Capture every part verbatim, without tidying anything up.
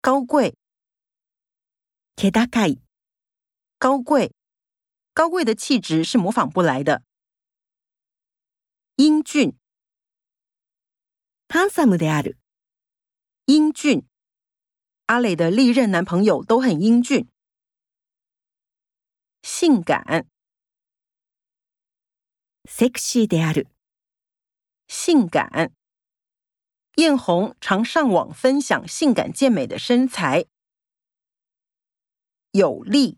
高贵、 気高い、 高贵，高贵的气质是模仿不来的。英俊、 ハンサムである、 英俊，阿磊的历任男朋友都很英俊。性感、 セクシーである、 性感，艳红常上网分享性感健美的身材。有力、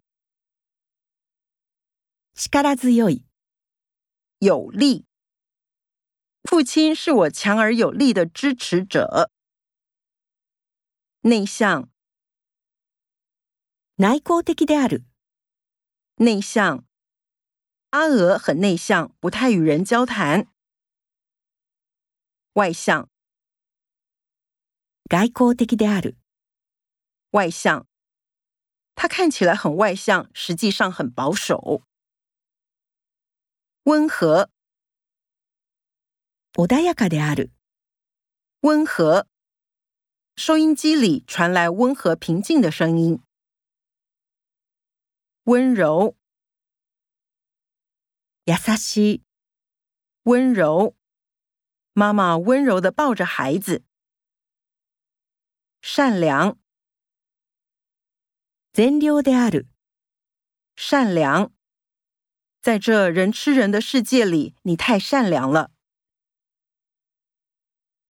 力強い、 有力，父亲是我强而有力的支持者。内向、 内向的である、 内向，阿娥很内向，不太与人交谈。外向、 外向的である、 外向，他看起来很外向，实际上很保守。温和、 穏やかである、 温和，收音机里传来温和平静的声音。温柔、 優しい、 温柔，妈妈温柔地抱着孩子。善良、 善良である、 善良，在这人吃人的世界里，你太善良了。